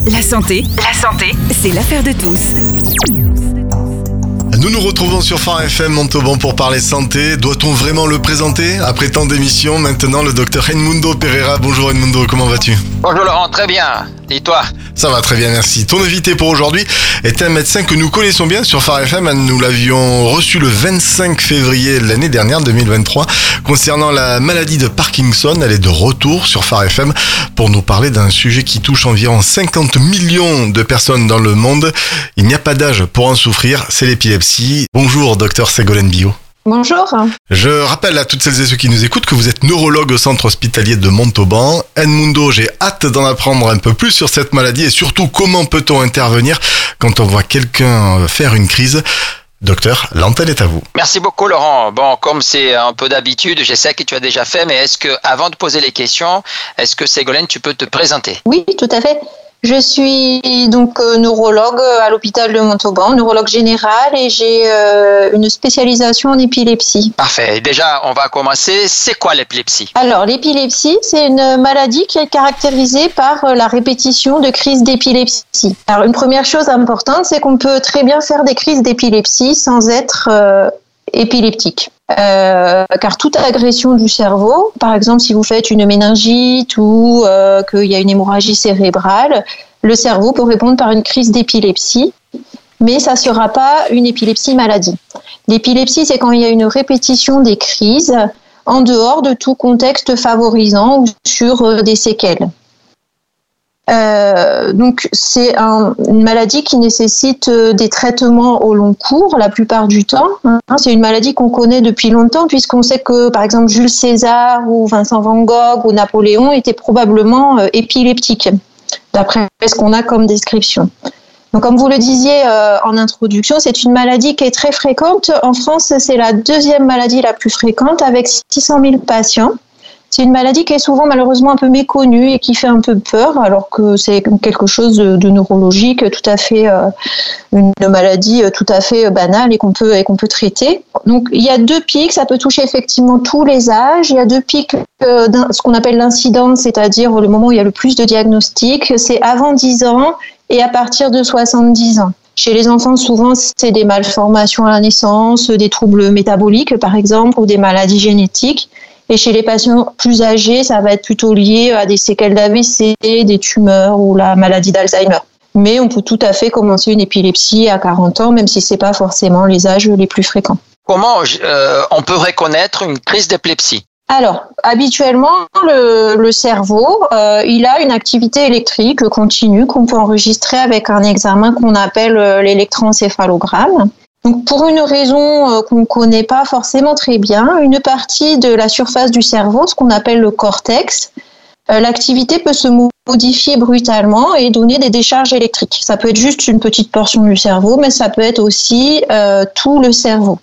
La santé, c'est l'affaire de tous. Nous nous retrouvons sur Phare FM Montauban pour parler santé. Doit-on vraiment le présenter? Après tant d'émissions, maintenant le docteur Edmundo Pereira. Bonjour Edmundo, comment vas-tu? Bonjour Laurent, très bien. Et toi? Ça va très bien, merci. Ton invité pour aujourd'hui est un médecin que nous connaissons bien sur Phare FM. Nous l'avions reçu le 25 février de l'année dernière, 2023, concernant la maladie de Parkinson. Elle est de retour sur Phare FM pour nous parler d'un sujet qui touche environ 50 millions de personnes dans le monde. Il n'y a pas d'âge pour en souffrir, c'est l'épilepsie. Bonjour, docteur Ségolène Biot. Bonjour. Je rappelle à toutes celles et ceux qui nous écoutent que vous êtes neurologue au centre hospitalier de Montauban. Edmundo, j'ai hâte d'en apprendre un peu plus sur cette maladie et surtout comment peut-on intervenir quand on voit quelqu'un faire une crise. Docteur, l'antenne est à vous. Merci beaucoup Laurent. Bon, comme c'est un peu d'habitude, je sais que tu as déjà fait, mais est-ce que, avant de poser les questions, est-ce que Ségolène, tu peux te présenter? Oui, tout à fait. Je suis donc neurologue à l'hôpital de Montauban, neurologue général, et j'ai une spécialisation en épilepsie. Parfait. Déjà, on va commencer. C'est quoi l'épilepsie? Alors, l'épilepsie, c'est une maladie qui est caractérisée par la répétition de crises d'épilepsie. Alors, une première chose importante, c'est qu'on peut très bien faire des crises d'épilepsie sans être épileptique. Car toute agression du cerveau, par exemple si vous faites une méningite ou qu'il y a une hémorragie cérébrale, le cerveau peut répondre par une crise d'épilepsie, mais ça ne sera pas une épilepsie maladie. L'épilepsie, c'est quand il y a une répétition des crises en dehors de tout contexte favorisant ou sur des séquelles. Donc c'est une maladie qui nécessite des traitements au long cours la plupart du temps. C'est une maladie qu'on connaît depuis longtemps puisqu'on sait que par exemple Jules César ou Vincent van Gogh ou Napoléon étaient probablement épileptiques d'après ce qu'on a comme description. Donc comme vous le disiez en introduction, c'est une maladie qui est très fréquente. En France, c'est la deuxième maladie la plus fréquente avec 600 000 patients. C'est une maladie qui est souvent malheureusement un peu méconnue et qui fait un peu peur, alors que c'est quelque chose de neurologique, tout à fait une maladie tout à fait banale et qu'on peut traiter. Donc il y a deux pics, ça peut toucher effectivement tous les âges. Il y a deux pics, ce qu'on appelle l'incidence, c'est-à-dire le moment où il y a le plus de diagnostics, c'est avant 10 ans et à partir de 70 ans. Chez les enfants, souvent, c'est des malformations à la naissance, des troubles métaboliques par exemple, ou des maladies génétiques. Et chez les patients plus âgés, ça va être plutôt lié à des séquelles d'AVC, des tumeurs ou la maladie d'Alzheimer. Mais on peut tout à fait commencer une épilepsie à 40 ans, même si ce n'est pas forcément les âges les plus fréquents. Comment on peut reconnaître une crise d'épilepsie? Alors, habituellement, le cerveau, il a une activité électrique continue qu'on peut enregistrer avec un examen qu'on appelle l'électroencéphalogramme. Donc, pour une raison qu'on ne connaît pas forcément très bien, une partie de la surface du cerveau, ce qu'on appelle le cortex, l'activité peut se modifier brutalement et donner des décharges électriques. Ça peut être juste une petite portion du cerveau, mais ça peut être aussi tout le cerveau.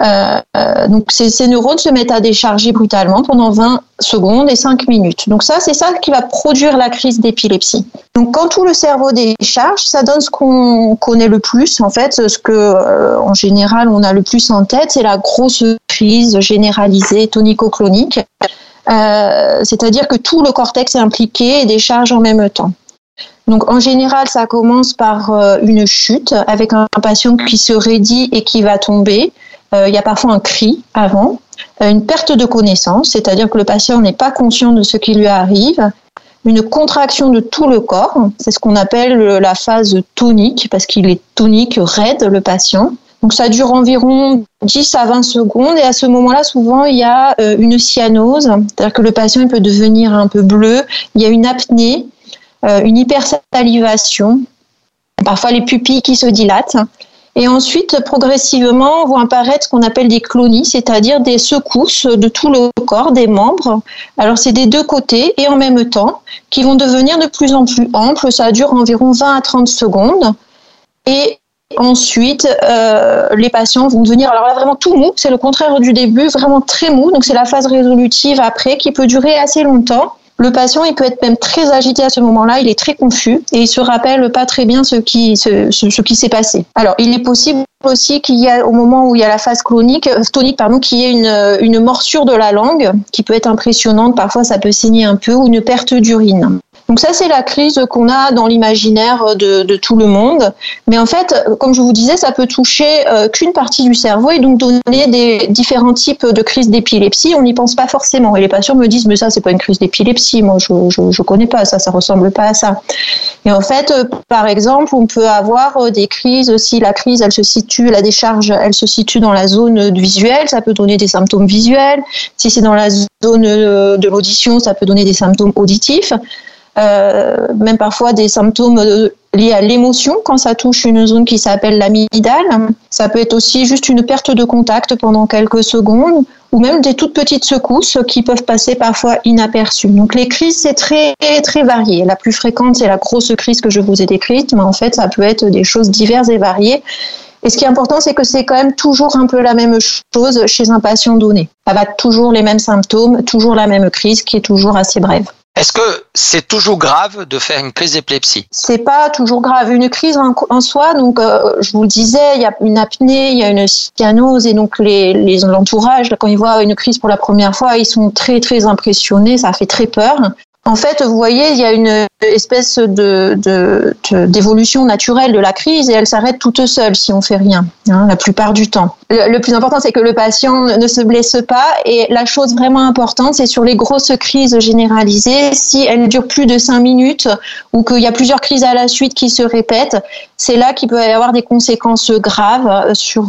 Donc ces neurones se mettent à décharger brutalement pendant 20 secondes et 5 minutes. Donc c'est ça qui va produire la crise d'épilepsie. Donc quand tout le cerveau décharge, ça donne ce qu'on connaît le plus en fait, ce que en général on a le plus en tête, c'est la grosse crise généralisée tonico-clonique. C'est-à-dire que tout le cortex est impliqué et décharge en même temps. Donc en général, ça commence par une chute avec un patient qui se raidit et qui va tomber. Il y a parfois un cri avant, une perte de connaissance, c'est-à-dire que le patient n'est pas conscient de ce qui lui arrive, une contraction de tout le corps, c'est ce qu'on appelle la phase tonique, parce qu'il est tonique, raide, le patient. Donc ça dure environ 10 à 20 secondes et à ce moment-là, souvent, il y a une cyanose, c'est-à-dire que le patient il peut devenir un peu bleu, il y a une apnée, une hypersalivation, parfois les pupilles qui se dilatent. Et ensuite, progressivement, vont apparaître ce qu'on appelle des clonies, c'est-à-dire des secousses de tout le corps, des membres. Alors, c'est des deux côtés et en même temps, qui vont devenir de plus en plus amples. Ça dure environ 20 à 30 secondes. Et ensuite, les patients vont devenir, alors là, vraiment tout mou. C'est le contraire du début, vraiment très mou. Donc, c'est la phase résolutive après qui peut durer assez longtemps. Le patient, il peut être même très agité à ce moment-là, il est très confus et il se rappelle pas très bien ce qui s'est passé. Alors, il est possible aussi qu'il y a, au moment où il y a la phase tonique, qu'il y ait une morsure de la langue qui peut être impressionnante, parfois ça peut saigner un peu, ou une perte d'urine. Donc ça, c'est la crise qu'on a dans l'imaginaire de tout le monde. Mais en fait, comme je vous disais, ça peut toucher qu'une partie du cerveau et donc donner des différents types de crises d'épilepsie. On n'y pense pas forcément. Et les patients me disent, mais ça, c'est pas une crise d'épilepsie. Moi, je connais pas ça ressemble pas à ça. Et en fait, par exemple, on peut avoir des crises, si la crise, la décharge, elle se situe dans la zone visuelle, ça peut donner des symptômes visuels. Si c'est dans la zone de l'audition, ça peut donner des symptômes auditifs. Même parfois des symptômes liés à l'émotion quand ça touche une zone qui s'appelle l'amygdale. Ça peut être aussi juste une perte de contact pendant quelques secondes ou même des toutes petites secousses qui peuvent passer parfois inaperçues. Donc les crises, c'est très, très varié. La plus fréquente, c'est la grosse crise que je vous ai décrite, mais en fait, ça peut être des choses diverses et variées. Et ce qui est important, c'est que c'est quand même toujours un peu la même chose chez un patient donné. Ça va toujours les mêmes symptômes, toujours la même crise qui est toujours assez brève. Est-ce que c'est toujours grave de faire une crise d'épilepsie? C'est pas toujours grave. Une crise en soi, donc je vous le disais, il y a une apnée, il y a une cyanose et donc l'entourage, quand ils voient une crise pour la première fois, ils sont très très impressionnés, ça fait très peur. En fait, vous voyez, il y a une espèce d'évolution naturelle de la crise et elle s'arrête toute seule si on fait rien, la plupart du temps. Le plus important, c'est que le patient ne se blesse pas et la chose vraiment importante, c'est sur les grosses crises généralisées, si elles durent plus de 5 minutes ou qu'il y a plusieurs crises à la suite qui se répètent, c'est là qu'il peut y avoir des conséquences graves sur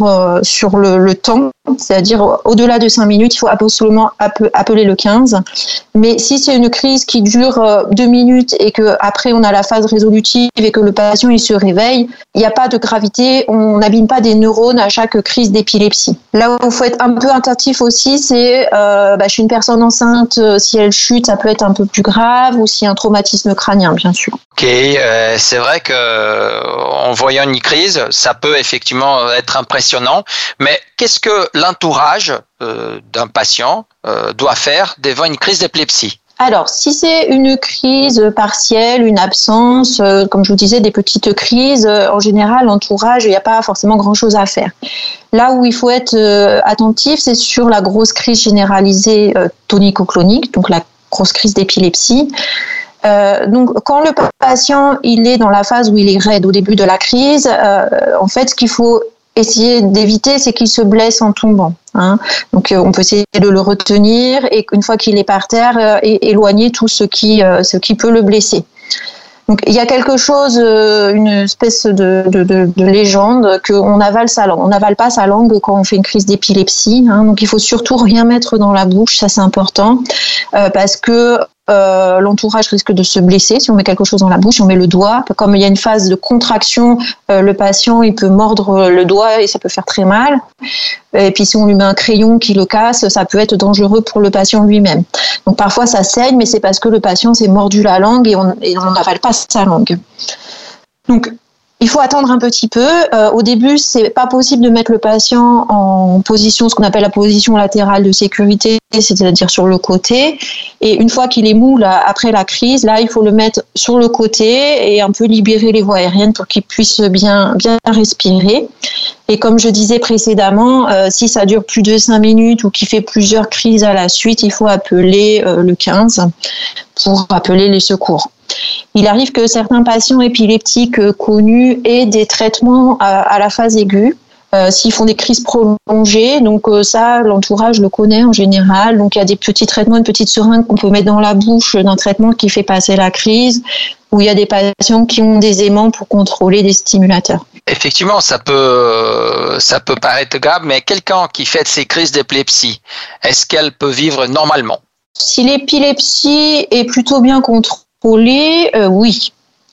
le temps. C'est-à-dire, au-delà de 5 minutes, il faut absolument appeler le 15. Mais si c'est une crise qui dure 2 minutes et qu'après on a la phase résolutive et que le patient il se réveille, il n'y a pas de gravité, on n'abîme pas des neurones à chaque crise d'épilepsie. Là où il faut être un peu attentif aussi, c'est chez une personne enceinte, si elle chute, ça peut être un peu plus grave ou s'il y a un traumatisme crânien, bien sûr. Ok, c'est vrai que en voyant une crise, ça peut effectivement être impressionnant, mais qu'est-ce que l'entourage d'un patient doit faire devant une crise d'épilepsie? Alors, si c'est une crise partielle, une absence, comme je vous disais, des petites crises, en général, l'entourage, il n'y a pas forcément grand-chose à faire. Là où il faut être attentif, c'est sur la grosse crise généralisée tonico-clonique, donc la grosse crise d'épilepsie. Donc, quand le patient il est dans la phase où il est raide au début de la crise, en fait, ce qu'il faut essayer d'éviter, c'est qu'il se blesse en tombant. Donc, on peut essayer de le retenir et une fois qu'il est par terre, éloigner tout ce qui peut le blesser. Donc, il y a quelque chose, une espèce de légende qu'on avale sa langue. On n'avale pas sa langue quand on fait une crise d'épilepsie. Donc, il faut surtout rien mettre dans la bouche, ça c'est important, parce que l'entourage risque de se blesser si on met quelque chose dans la bouche, on met le doigt. Comme il y a une phase de contraction, le patient il peut mordre le doigt et ça peut faire très mal. Et puis si on lui met un crayon qui le casse, ça peut être dangereux pour le patient lui-même. Donc parfois ça saigne, mais c'est parce que le patient s'est mordu la langue et on n'avale pas sa langue. Donc il faut attendre un petit peu. Au début, c'est pas possible de mettre le patient en position, ce qu'on appelle la position latérale de sécurité, c'est-à-dire sur le côté. Et une fois qu'il est mou, là, après la crise, là, il faut le mettre sur le côté et un peu libérer les voies aériennes pour qu'il puisse bien respirer. Et comme je disais précédemment, si ça dure plus de 5 minutes ou qu'il fait plusieurs crises à la suite, il faut appeler le 15 pour appeler les secours. Il arrive que certains patients épileptiques connus aient des traitements à la phase aiguë, s'ils font des crises prolongées. Donc ça, l'entourage le connaît en général. Donc il y a des petits traitements, une petite seringue qu'on peut mettre dans la bouche d'un traitement qui fait passer la crise, ou il y a des patients qui ont des aimants pour contrôler des stimulateurs. Effectivement, ça peut paraître grave, mais quelqu'un qui fait ces crises d'épilepsie, est-ce qu'elle peut vivre normalement? Si l'épilepsie est plutôt bien contrôlée, oui.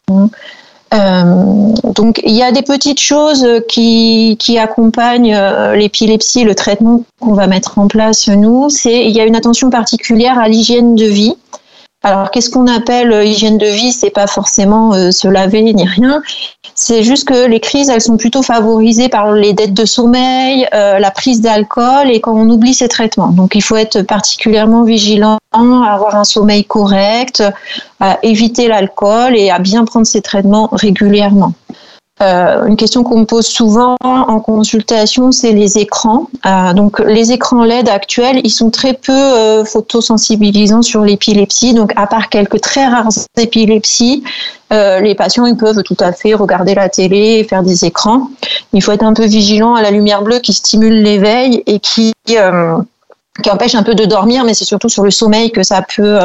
Donc il y a des petites choses qui accompagnent l'épilepsie, le traitement qu'on va mettre en place nous. Il y a une attention particulière à l'hygiène de vie. Alors qu'est-ce qu'on appelle hygiène de vie? C'est pas forcément se laver ni rien. C'est juste que les crises, elles sont plutôt favorisées par les dettes de sommeil, la prise d'alcool et quand on oublie ces traitements. Donc il faut être particulièrement vigilant, à avoir un sommeil correct, à éviter l'alcool et à bien prendre ces traitements régulièrement. Une question qu'on me pose souvent en consultation, c'est les écrans. Donc, les écrans LED actuels, ils sont très peu photosensibilisants sur l'épilepsie. Donc, à part quelques très rares épilepsies, les patients ils peuvent tout à fait regarder la télé et faire des écrans. Il faut être un peu vigilant à la lumière bleue qui stimule l'éveil et qui empêche un peu de dormir, mais c'est surtout sur le sommeil que ça peut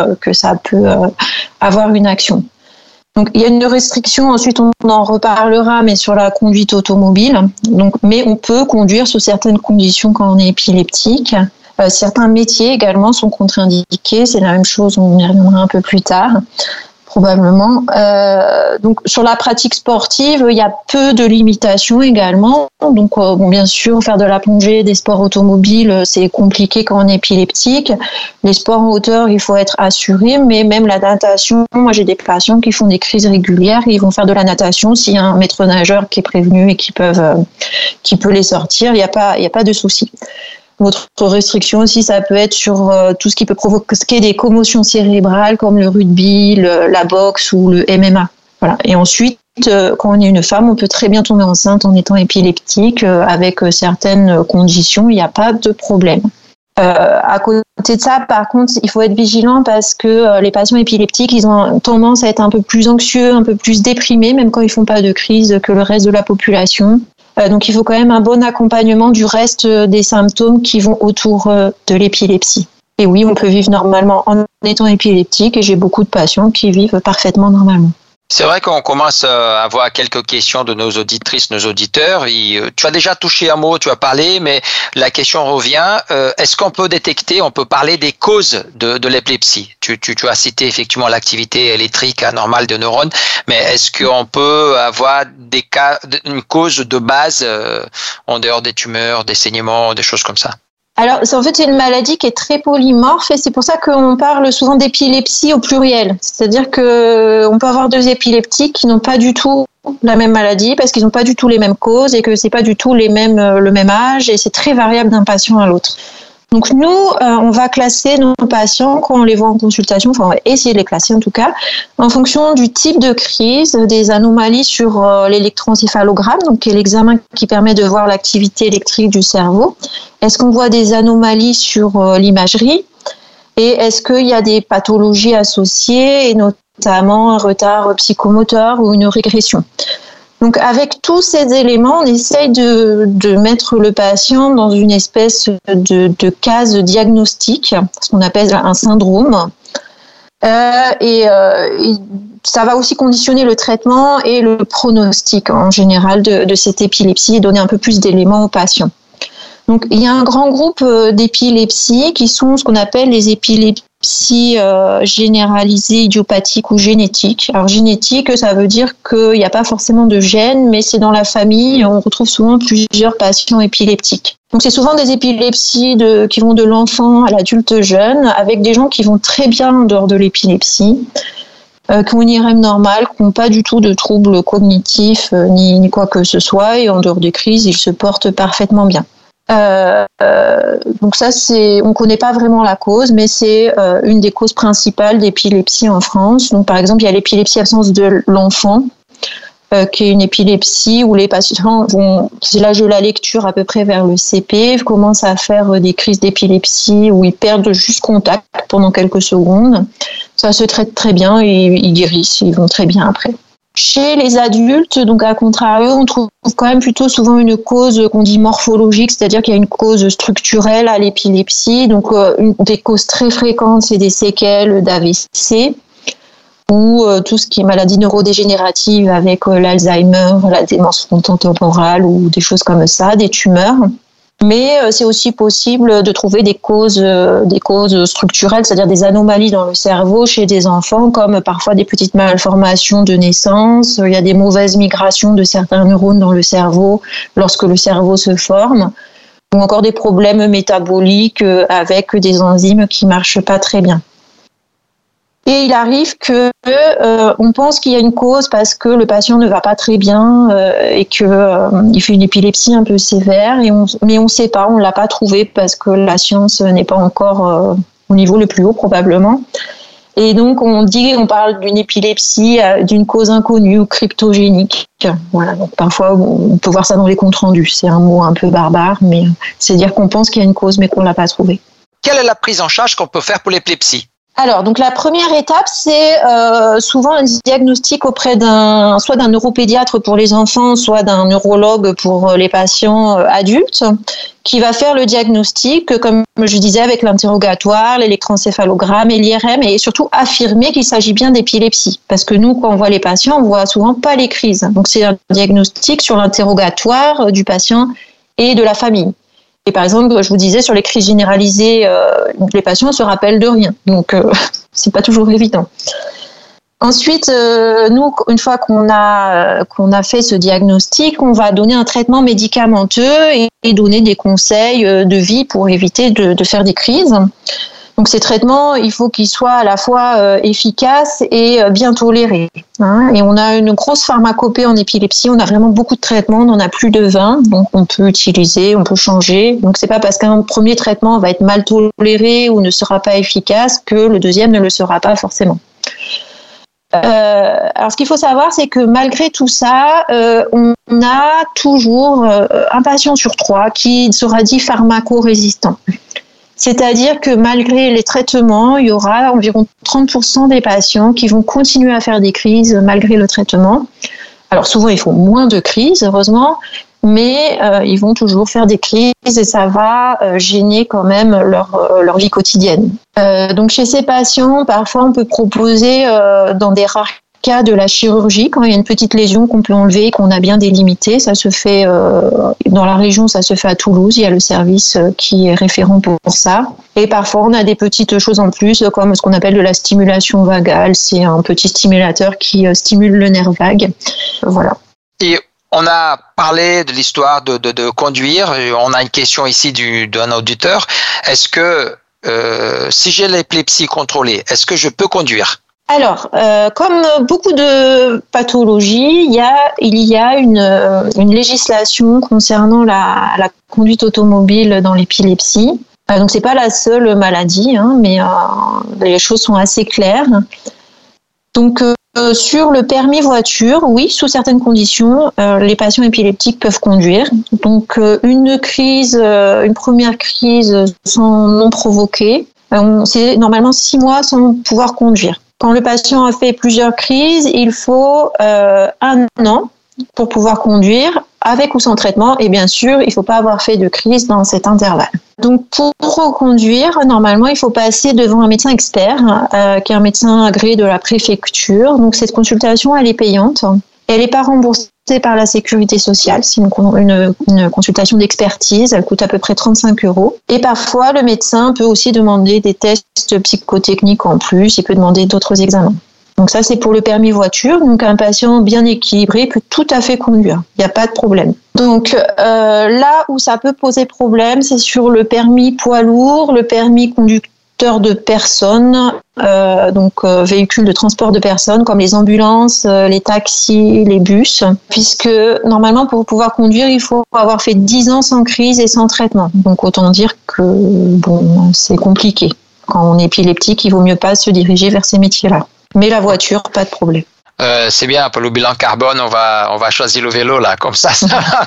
avoir une action. Donc, il y a une restriction, ensuite on en reparlera, mais sur la conduite automobile. Donc, mais on peut conduire sous certaines conditions quand on est épileptique. Certains métiers également sont contre-indiqués, c'est la même chose, on y reviendra un peu plus tard, probablement. Donc, sur la pratique sportive, il y a peu de limitations également. Donc, bien sûr, faire de la plongée, des sports automobiles, c'est compliqué quand on est épileptique. Les sports en hauteur, il faut être assuré, mais même la natation, moi j'ai des patients qui font des crises régulières, ils vont faire de la natation s'il y a un maître nageur qui est prévenu et qui peut les sortir, il n'y a pas de souci. Autre restriction aussi, ça peut être sur tout ce qui peut provoquer des commotions cérébrales comme le rugby, la boxe ou le MMA. Voilà. Et ensuite, quand on est une femme, on peut très bien tomber enceinte en étant épileptique avec certaines conditions, il n'y a pas de problème. À côté de ça, par contre, il faut être vigilant parce que les patients épileptiques, ils ont tendance à être un peu plus anxieux, un peu plus déprimés, même quand ils font pas de crise, que le reste de la population. Donc, il faut quand même un bon accompagnement du reste des symptômes qui vont autour de l'épilepsie. Et oui, on peut vivre normalement en étant épileptique et j'ai beaucoup de patients qui vivent parfaitement normalement. C'est vrai qu'on commence à avoir quelques questions de nos auditrices, nos auditeurs. Tu as déjà touché un mot, tu as parlé, mais la question revient. Est-ce qu'on peut détecter, on peut parler des causes de l'épilepsie? Tu as cité effectivement l'activité électrique anormale de neurones, mais est-ce qu'on peut avoir des cas, une cause de base en dehors des tumeurs, des saignements, des choses comme ça? Alors, en fait, c'est une maladie qui est très polymorphe et c'est pour ça qu'on parle souvent d'épilepsie au pluriel. C'est-à-dire qu'on peut avoir deux épileptiques qui n'ont pas du tout la même maladie parce qu'ils n'ont pas du tout les mêmes causes et que c'est pas du tout le même âge et c'est très variable d'un patient à l'autre. Donc nous, on va classer nos patients quand on les voit en consultation, enfin on va essayer de les classer en tout cas, en fonction du type de crise, des anomalies sur l'électroencéphalogramme, donc qui est l'examen qui permet de voir l'activité électrique du cerveau. Est-ce qu'on voit des anomalies sur l'imagerie et est-ce qu'il y a des pathologies associées et notamment un retard psychomoteur ou une régression. Donc, avec tous ces éléments, on essaye de mettre le patient dans une espèce de case diagnostique, ce qu'on appelle un syndrome. Et ça va aussi conditionner le traitement et le pronostic en général de cette épilepsie et donner un peu plus d'éléments au patient. Donc, il y a un grand groupe d'épilepsies qui sont ce qu'on appelle les épilepsies généralisées, idiopathiques ou génétiques. Alors, génétique, ça veut dire qu'il n'y a pas forcément de gène, mais c'est dans la famille, on retrouve souvent plusieurs patients épileptiques. Donc, c'est souvent des épilepsies qui vont de l'enfant à l'adulte jeune, avec des gens qui vont très bien en dehors de l'épilepsie, qui ont une IRM normale, qui n'ont pas du tout de troubles cognitifs, ni quoi que ce soit, et en dehors des crises, ils se portent parfaitement bien. Donc ça, on connaît pas vraiment la cause, mais c'est une des causes principales d'épilepsie en France. Donc par exemple, il y a l'épilepsie absence de l'enfant, qui est une épilepsie où les patients vont, c'est l'âge de la lecture à peu près vers le CP, commencent à faire des crises d'épilepsie où ils perdent juste contact pendant quelques secondes. Ça se traite très bien et ils guérissent, ils vont très bien après. Chez les adultes, donc à contrario, on trouve quand même plutôt souvent une cause qu'on dit morphologique, c'est-à-dire qu'il y a une cause structurelle à l'épilepsie. Donc une des causes très fréquentes, c'est des séquelles d'AVC ou tout ce qui est maladie neurodégénérative avec l'Alzheimer, la démence frontotemporale ou des choses comme ça, des tumeurs. Mais c'est aussi possible de trouver des causes structurelles, c'est-à-dire des anomalies dans le cerveau chez des enfants, comme parfois des petites malformations de naissance. Il y a des mauvaises migrations de certains neurones dans le cerveau lorsque le cerveau se forme, ou encore des problèmes métaboliques avec des enzymes qui marchent pas très bien. Et il arrive que on pense qu'il y a une cause parce que le patient ne va pas très bien et que il fait une épilepsie un peu sévère, mais on ne sait pas, on l'a pas trouvé parce que la science n'est pas encore au niveau le plus haut probablement. Et donc, on parle d'une épilepsie d'une cause inconnue ou cryptogénique. Voilà, donc parfois, on peut voir ça dans les comptes rendus. C'est un mot un peu barbare, mais c'est dire qu'on pense qu'il y a une cause, mais qu'on ne l'a pas trouvée. Quelle est la prise en charge qu'on peut faire pour l'épilepsie ? Alors, donc la première étape, c'est souvent un diagnostic auprès soit d'un neuropédiatre pour les enfants, soit d'un neurologue pour les patients adultes, qui va faire le diagnostic, comme je disais, avec l'interrogatoire, l'électroencéphalogramme et l'IRM, et surtout affirmer qu'il s'agit bien d'épilepsie. Parce que nous, quand on voit les patients, on voit souvent pas les crises. Donc, c'est un diagnostic sur l'interrogatoire du patient et de la famille. Et par exemple, je vous disais, sur les crises généralisées, les patients ne se rappellent de rien. Donc, c'est pas toujours évident. Ensuite, nous, une fois qu'on a fait ce diagnostic, on va donner un traitement médicamenteux et donner des conseils de vie pour éviter de faire des crises. Donc, ces traitements, il faut qu'ils soient à la fois efficaces et bien tolérés. Hein. Et on a une grosse pharmacopée en épilepsie. On a vraiment beaucoup de traitements. On en a plus de 20. Donc, on peut utiliser, on peut changer. Donc, c'est pas parce qu'un premier traitement va être mal toléré ou ne sera pas efficace que le deuxième ne le sera pas forcément. Alors, ce qu'il faut savoir, c'est que malgré tout ça, on a toujours un patient sur 3 qui sera dit pharmacorésistant. C'est-à-dire que malgré les traitements, il y aura environ 30% des patients qui vont continuer à faire des crises malgré le traitement. Alors souvent, ils font moins de crises, heureusement, mais ils vont toujours faire des crises et ça va gêner quand même leur vie quotidienne. Donc chez ces patients, parfois on peut proposer dans des rares cas de la chirurgie, quand il y a une petite lésion qu'on peut enlever, qu'on a bien délimitée. Ça se fait dans la région, ça se fait à Toulouse. Il y a le service qui est référent pour ça. Et parfois, on a des petites choses en plus, comme ce qu'on appelle de la stimulation vagale. C'est un petit stimulateur qui stimule le nerf vague. Voilà. Et on a parlé de l'histoire de conduire. On a une question ici d'un auditeur. Est-ce que si j'ai l'épilepsie contrôlée, est-ce que je peux conduire ? Alors, comme beaucoup de pathologies, il y a une législation concernant la conduite automobile dans l'épilepsie. Donc, c'est pas la seule maladie, hein, mais les choses sont assez claires. Donc, sur le permis voiture, oui, sous certaines conditions, les patients épileptiques peuvent conduire. Donc, une première crise non provoquée, c'est normalement 6 mois sans pouvoir conduire. Quand le patient a fait plusieurs crises, il faut 1 an pour pouvoir conduire, avec ou sans traitement. Et bien sûr, il ne faut pas avoir fait de crise dans cet intervalle. Donc, pour reconduire, normalement, il faut passer devant un médecin expert, qui est un médecin agréé de la préfecture. Donc, cette consultation, elle est payante. Elle n'est pas remboursée par la sécurité sociale. C'est une consultation d'expertise. Elle coûte à peu près 35 €. Et parfois, le médecin peut aussi demander des tests psychotechniques en plus. Il peut demander d'autres examens. Donc ça, c'est pour le permis voiture. Donc un patient bien équilibré peut tout à fait conduire. Il n'y a pas de problème. Donc là où ça peut poser problème, c'est sur le permis poids lourd, le permis conducteur de personnes, véhicules de transport de personnes comme les ambulances, les taxis, les bus, puisque normalement pour pouvoir conduire, il faut avoir fait 10 ans sans crise et sans traitement. Donc autant dire que c'est compliqué. Quand on est épileptique, il vaut mieux pas se diriger vers ces métiers-là. Mais la voiture, pas de problème. C'est bien, pour le bilan carbone, on va choisir le vélo là, comme ça.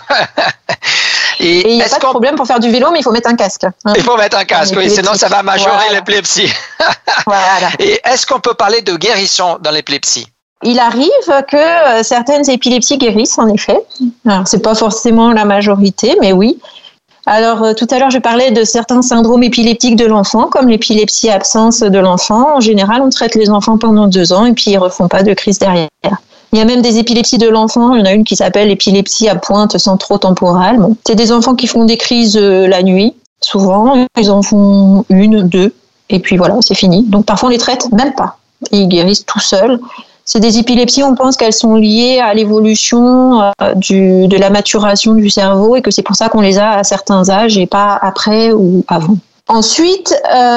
Et il n'y a pas de problème pour faire du vélo, mais il faut mettre un casque. Hein. Il faut mettre un casque, oui, sinon ça va majorer l'épilepsie. Voilà. Et est-ce qu'on peut parler de guérison dans l'épilepsie ? Il arrive que certaines épilepsies guérissent, en effet. Alors, c'est pas forcément la majorité, mais oui. Alors, tout à l'heure, je parlais de certains syndromes épileptiques de l'enfant, comme l'épilepsie absence de l'enfant. En général, on traite les enfants pendant 2 ans et puis ils ne refont pas de crise derrière. Il y a même des épilepsies de l'enfant. Il y en a une qui s'appelle l'épilepsie à pointe centrotemporale. Bon, c'est des enfants qui font des crises la nuit. Souvent, ils en font 1, 2, et puis voilà, c'est fini. Donc, parfois, on les traite même pas. Ils guérissent tout seuls. C'est des épilepsies, on pense qu'elles sont liées à l'évolution de la maturation du cerveau et que c'est pour ça qu'on les a à certains âges et pas après ou avant. Ensuite,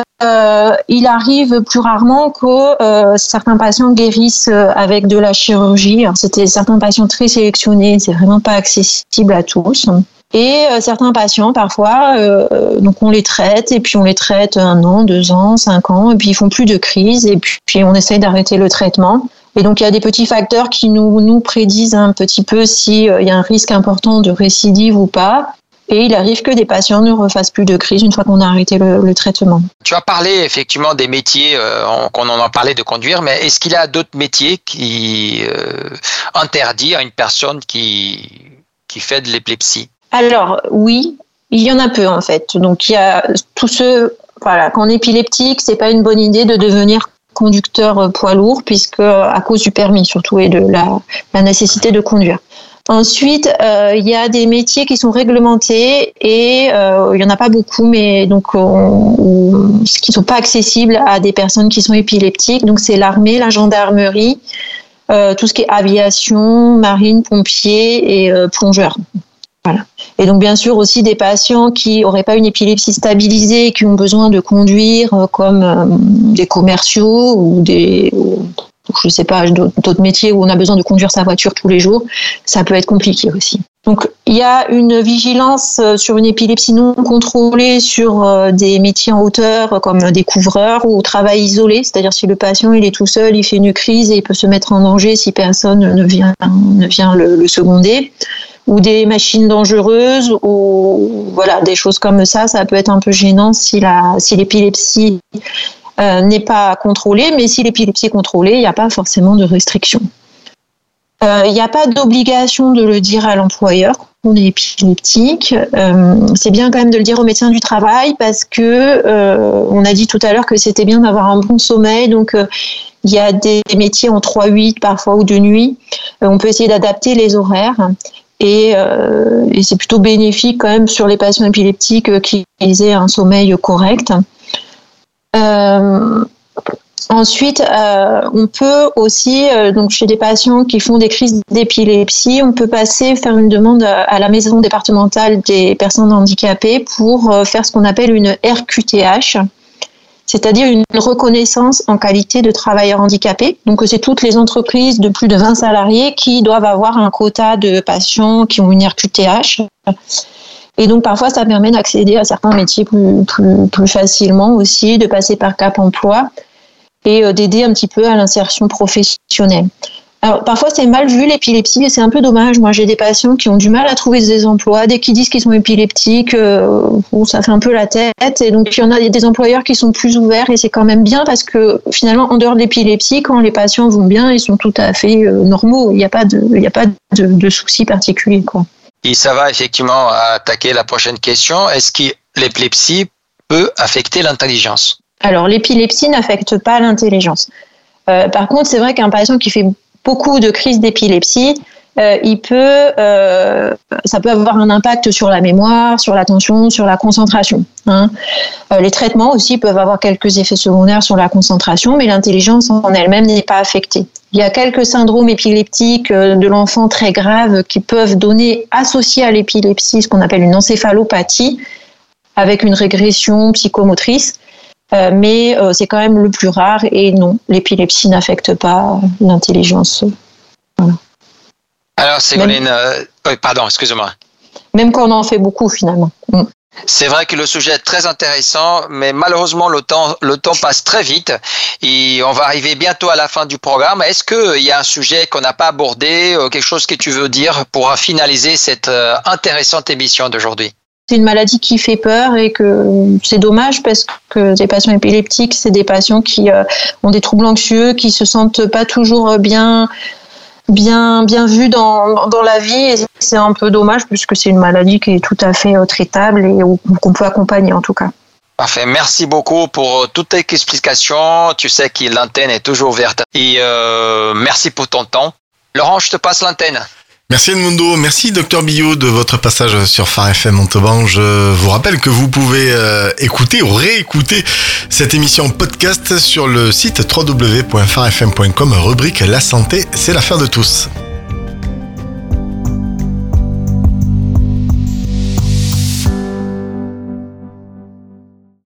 il arrive plus rarement que certains patients guérissent avec de la chirurgie. Alors, c'était certains patients très sélectionnés, c'est vraiment pas accessible à tous. Et certains patients, parfois, donc on les traite, et puis on les traite 1 an, 2 ans, 5 ans, et puis ils font plus de crise, et puis on essaye d'arrêter le traitement. Et donc il y a des petits facteurs qui nous prédisent un petit peu s'il y a un risque important de récidive ou pas. Et il arrive que des patients ne refassent plus de crise une fois qu'on a arrêté le traitement. Tu as parlé effectivement des métiers, qu'on en a parlé de conduire, mais est-ce qu'il y a d'autres métiers qui interdisent à une personne qui fait de l'épilepsie? Alors oui, il y en a peu en fait. Donc il y a tous ceux, voilà, quand on est épileptique, c'est pas une bonne idée de devenir conducteur poids lourd, puisque à cause du permis surtout et de la nécessité de conduire. Ensuite, il y a des métiers qui sont réglementés et il y en a pas beaucoup, mais donc qui sont pas accessibles à des personnes qui sont épileptiques. Donc c'est l'armée, la gendarmerie, tout ce qui est aviation, marine, pompiers et plongeurs. Voilà. Et donc bien sûr aussi des patients qui n'auraient pas une épilepsie stabilisée, qui ont besoin de conduire, comme des commerciaux ou je sais pas, d'autres métiers où on a besoin de conduire sa voiture tous les jours, ça peut être compliqué aussi. Donc, il y a une vigilance sur une épilepsie non contrôlée sur des métiers en hauteur comme des couvreurs ou au travail isolé, c'est-à-dire si le patient il est tout seul, il fait une crise et il peut se mettre en danger si personne ne vient le seconder, ou des machines dangereuses, ou voilà, des choses comme ça peut être un peu gênant si l'épilepsie n'est pas contrôlée, mais si l'épilepsie est contrôlée, il n'y a pas forcément de restriction. Il n'y a pas d'obligation de le dire à l'employeur qu'on est épileptique. C'est bien quand même de le dire au médecin du travail parce que on a dit tout à l'heure que c'était bien d'avoir un bon sommeil. Donc il y a des métiers en 3-8 parfois ou de nuit. On peut essayer d'adapter les horaires. Et c'est plutôt bénéfique quand même sur les patients épileptiques qu'ils aient un sommeil correct. Ensuite, on peut aussi, donc chez des patients qui font des crises d'épilepsie, on peut faire une demande à la maison départementale des personnes handicapées pour faire ce qu'on appelle une RQTH, c'est-à-dire une reconnaissance en qualité de travailleur handicapé. Donc c'est toutes les entreprises de plus de 20 salariés qui doivent avoir un quota de patients qui ont une RQTH. Et donc parfois ça permet d'accéder à certains métiers plus facilement aussi, de passer par Cap Emploi et d'aider un petit peu à l'insertion professionnelle. Alors parfois c'est mal vu l'épilepsie et c'est un peu dommage. Moi j'ai des patients qui ont du mal à trouver des emplois, dès qu'ils disent qu'ils sont épileptiques, ça fait un peu la tête. Et donc il y en a des employeurs qui sont plus ouverts et c'est quand même bien parce que finalement en dehors de l'épilepsie, quand les patients vont bien, ils sont tout à fait normaux. Il n'y a pas de soucis particuliers, quoi. Et ça va effectivement attaquer la prochaine question. Est-ce que l'épilepsie peut affecter l'intelligence? Alors, l'épilepsie n'affecte pas l'intelligence. Par contre, c'est vrai qu'un patient qui fait beaucoup de crises d'épilepsie, ça peut avoir un impact sur la mémoire, sur l'attention, sur la concentration. Les traitements aussi peuvent avoir quelques effets secondaires sur la concentration, mais l'intelligence en elle-même n'est pas affectée. Il y a quelques syndromes épileptiques de l'enfant très graves qui peuvent donner, associés à l'épilepsie, ce qu'on appelle une encéphalopathie, avec une régression psychomotrice. Mais c'est quand même le plus rare et non, l'épilepsie n'affecte pas l'intelligence. Voilà. Alors, Ségolène, pardon, excuse-moi. Même quand on en fait beaucoup, finalement. C'est vrai que le sujet est très intéressant, mais malheureusement, le temps passe très vite et on va arriver bientôt à la fin du programme. Est-ce qu'il y a un sujet qu'on n'a pas abordé, quelque chose que tu veux dire pour finaliser cette intéressante émission d'aujourd'hui? C'est une maladie qui fait peur et que c'est dommage parce que les patients épileptiques, c'est des patients qui ont des troubles anxieux, qui se sentent pas toujours bien vus dans la vie et c'est un peu dommage puisque c'est une maladie qui est tout à fait traitable et qu'on peut accompagner en tout cas. Parfait, merci beaucoup pour toutes tes explications. Tu sais que l'antenne est toujours ouverte et merci pour ton temps. Laurent, je te passe l'antenne. Merci Edmundo, merci Dr Billot de votre passage sur Phare FM Montauban. Je vous rappelle que vous pouvez écouter ou réécouter cette émission podcast sur le site www.pharefm.com, rubrique La santé, c'est l'affaire de tous.